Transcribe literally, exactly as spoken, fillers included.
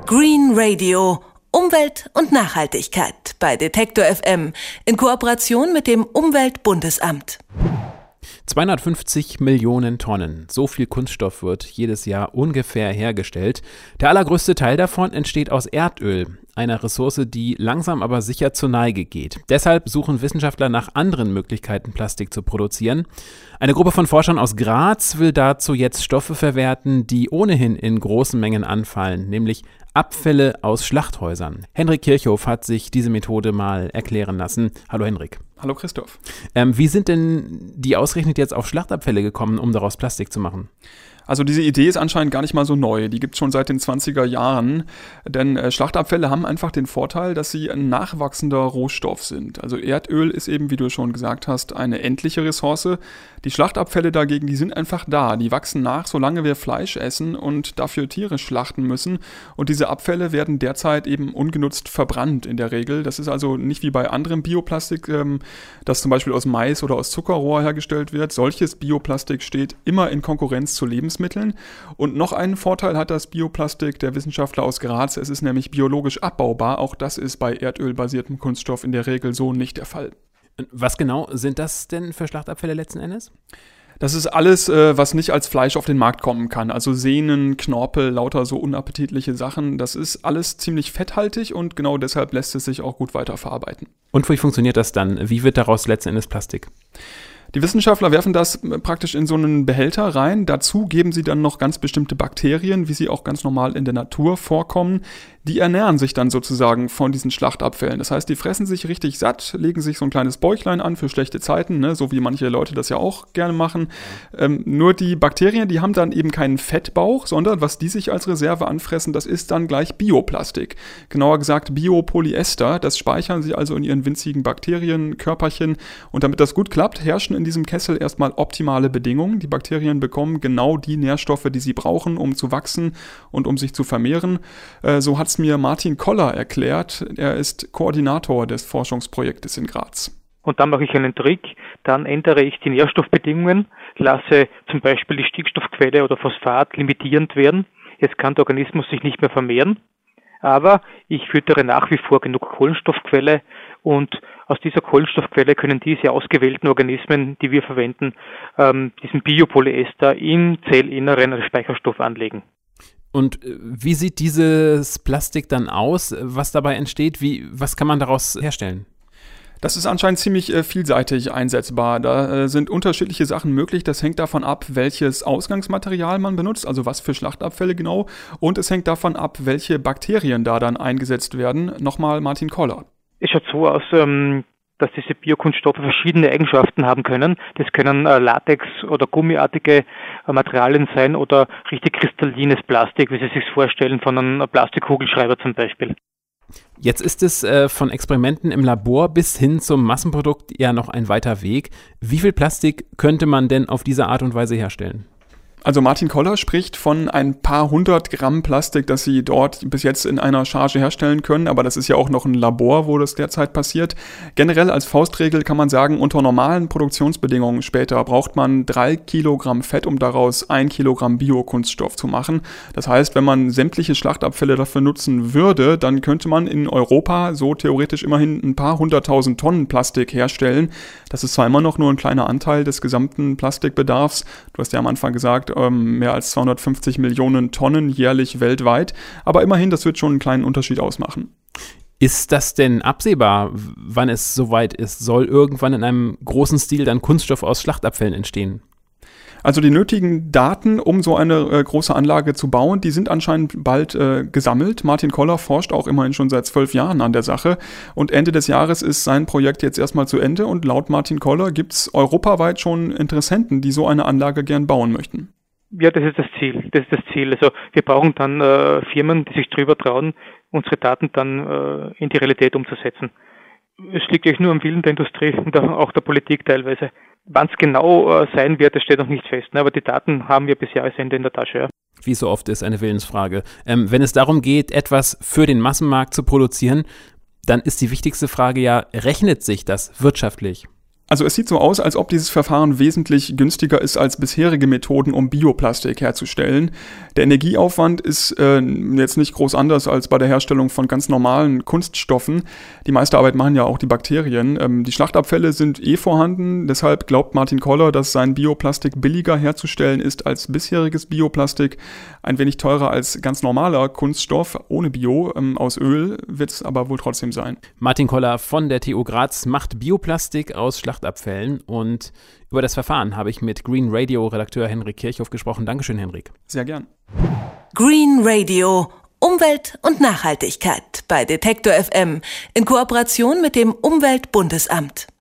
Green Radio. Umwelt und Nachhaltigkeit bei Detektor F M in Kooperation mit dem Umweltbundesamt. zweihundertfünfzig Millionen Tonnen. So viel Kunststoff wird jedes Jahr ungefähr hergestellt. Der allergrößte Teil davon entsteht aus Erdöl, einer Ressource, die langsam aber sicher zur Neige geht. Deshalb suchen Wissenschaftler nach anderen Möglichkeiten, Plastik zu produzieren. Eine Gruppe von Forschern aus Graz will dazu jetzt Stoffe verwerten, die ohnehin in großen Mengen anfallen, nämlich Abfälle aus Schlachthäusern. Henrik Kirchhoff hat sich diese Methode mal erklären lassen. Hallo Henrik. Hallo Christoph. Ähm, wie sind denn die ausgerechnet jetzt auf Schlachtabfälle gekommen, um daraus Plastik zu machen? Also diese Idee ist anscheinend gar nicht mal so neu. Die gibt es schon seit den zwanziger Jahren. Denn äh, Schlachtabfälle haben einfach den Vorteil, dass sie ein nachwachsender Rohstoff sind. Also Erdöl ist eben, wie du schon gesagt hast, eine endliche Ressource. Die Schlachtabfälle dagegen, die sind einfach da. Die wachsen nach, solange wir Fleisch essen und dafür Tiere schlachten müssen. Und diese Abfälle werden derzeit eben ungenutzt verbrannt in der Regel. Das ist also nicht wie bei anderem Bioplastik, ähm, das zum Beispiel aus Mais oder aus Zuckerrohr hergestellt wird. Solches Bioplastik steht immer in Konkurrenz zu Lebensmitteln. Und noch einen Vorteil hat das Bioplastik der Wissenschaftler aus Graz. Es ist nämlich biologisch abbaubar. Auch das ist bei erdölbasiertem Kunststoff in der Regel so nicht der Fall. Was genau sind das denn für Schlachtabfälle letzten Endes? Das ist alles, äh, was nicht als Fleisch auf den Markt kommen kann. Also Sehnen, Knorpel, lauter so unappetitliche Sachen. Das ist alles ziemlich fetthaltig und genau deshalb lässt es sich auch gut weiterverarbeiten. Und wie funktioniert das dann? Wie wird daraus letzten Endes Plastik? Die Wissenschaftler werfen das praktisch in so einen Behälter rein. Dazu geben sie dann noch ganz bestimmte Bakterien, wie sie auch ganz normal in der Natur vorkommen. Die ernähren sich dann sozusagen von diesen Schlachtabfällen. Das heißt, die fressen sich richtig satt, legen sich so ein kleines Bäuchlein an für schlechte Zeiten, ne? So wie manche Leute das ja auch gerne machen. Ähm, nur die Bakterien, die haben dann eben keinen Fettbauch, sondern was die sich als Reserve anfressen, das ist dann gleich Bioplastik. Genauer gesagt Biopolyester. Das speichern sie also in ihren winzigen Bakterienkörperchen. Und damit das gut klappt, herrschen in diesem Kessel erstmal optimale Bedingungen. Die Bakterien bekommen genau die Nährstoffe, die sie brauchen, um zu wachsen und um sich zu vermehren. Äh, so hat es mir Martin Koller erklärt. Er ist Koordinator des Forschungsprojektes in Graz. Und dann mache ich einen Trick, dann ändere ich die Nährstoffbedingungen, lasse zum Beispiel die Stickstoffquelle oder Phosphat limitierend werden. Jetzt kann der Organismus sich nicht mehr vermehren, aber ich füttere nach wie vor genug Kohlenstoffquelle und aus dieser Kohlenstoffquelle können diese ausgewählten Organismen, die wir verwenden, ähm, diesen Biopolyester im Zellinneren als Speicherstoff anlegen. Und wie sieht dieses Plastik dann aus, was dabei entsteht? Wie, was kann man daraus herstellen? Das ist anscheinend ziemlich äh, vielseitig einsetzbar. Da äh, sind unterschiedliche Sachen möglich. Das hängt davon ab, welches Ausgangsmaterial man benutzt, also was für Schlachtabfälle genau. Und es hängt davon ab, welche Bakterien da dann eingesetzt werden. Nochmal Martin Koller. Es schaut so aus, ähm, dass diese Biokunststoffe verschiedene Eigenschaften haben können. Das können äh, Latex- oder gummiartige äh, Materialien sein oder richtig kristallines Plastik, wie Sie sich vorstellen, von einem Plastikkugelschreiber zum Beispiel. Jetzt ist es äh, von Experimenten im Labor bis hin zum Massenprodukt ja noch ein weiter Weg. Wie viel Plastik könnte man denn auf diese Art und Weise herstellen? Also Martin Koller spricht von ein paar hundert Gramm Plastik, das sie dort bis jetzt in einer Charge herstellen können, aber das ist ja auch noch ein Labor, wo das derzeit passiert. Generell als Faustregel kann man sagen, unter normalen Produktionsbedingungen später braucht man drei Kilogramm Fett, um daraus ein Kilogramm Biokunststoff zu machen. Das heißt, wenn man sämtliche Schlachtabfälle dafür nutzen würde, dann könnte man in Europa so theoretisch immerhin ein paar hunderttausend Tonnen Plastik herstellen. Das ist zwar immer noch nur ein kleiner Anteil des gesamten Plastikbedarfs. Du hast ja am Anfang gesagt, mehr als zweihundertfünfzig Millionen Tonnen jährlich weltweit. Aber immerhin, das wird schon einen kleinen Unterschied ausmachen. Ist das denn absehbar, wann es soweit ist? Soll irgendwann in einem großen Stil dann Kunststoff aus Schlachtabfällen entstehen? Also die nötigen Daten, um so eine äh, große Anlage zu bauen, die sind anscheinend bald äh, gesammelt. Martin Koller forscht auch immerhin schon seit zwölf Jahren an der Sache. Und Ende des Jahres ist sein Projekt jetzt erstmal zu Ende. Und laut Martin Koller gibt es europaweit schon Interessenten, die so eine Anlage gern bauen möchten. Ja, das ist das Ziel. Das ist das Ziel. Also wir brauchen dann äh, Firmen, die sich drüber trauen, unsere Daten dann äh, in die Realität umzusetzen. Es liegt euch nur am Willen der Industrie und auch der Politik teilweise. Wann es genau äh, sein wird, das steht noch nicht fest. Ne? Aber die Daten haben wir bis Jahresende in der Tasche. Ja. Wie so oft ist eine Willensfrage. Ähm, wenn es darum geht, etwas für den Massenmarkt zu produzieren, dann ist die wichtigste Frage ja, rechnet sich das wirtschaftlich? Also es sieht so aus, als ob dieses Verfahren wesentlich günstiger ist als bisherige Methoden, um Bioplastik herzustellen. Der Energieaufwand ist äh, jetzt nicht groß anders als bei der Herstellung von ganz normalen Kunststoffen. Die meiste Arbeit machen ja auch die Bakterien. Ähm, die Schlachtabfälle sind eh vorhanden, deshalb glaubt Martin Koller, dass sein Bioplastik billiger herzustellen ist als bisheriges Bioplastik. Ein wenig teurer als ganz normaler Kunststoff ohne Bio. Ähm, aus Öl wird es aber wohl trotzdem sein. Martin Koller von der T U Graz macht Bioplastik aus Schlachtabfällen und über das Verfahren habe ich mit Green Radio Redakteur Henrik Kirchhoff gesprochen. Dankeschön, Henrik. Sehr gern. Green Radio. Umwelt und Nachhaltigkeit bei Detektor F M in Kooperation mit dem Umweltbundesamt.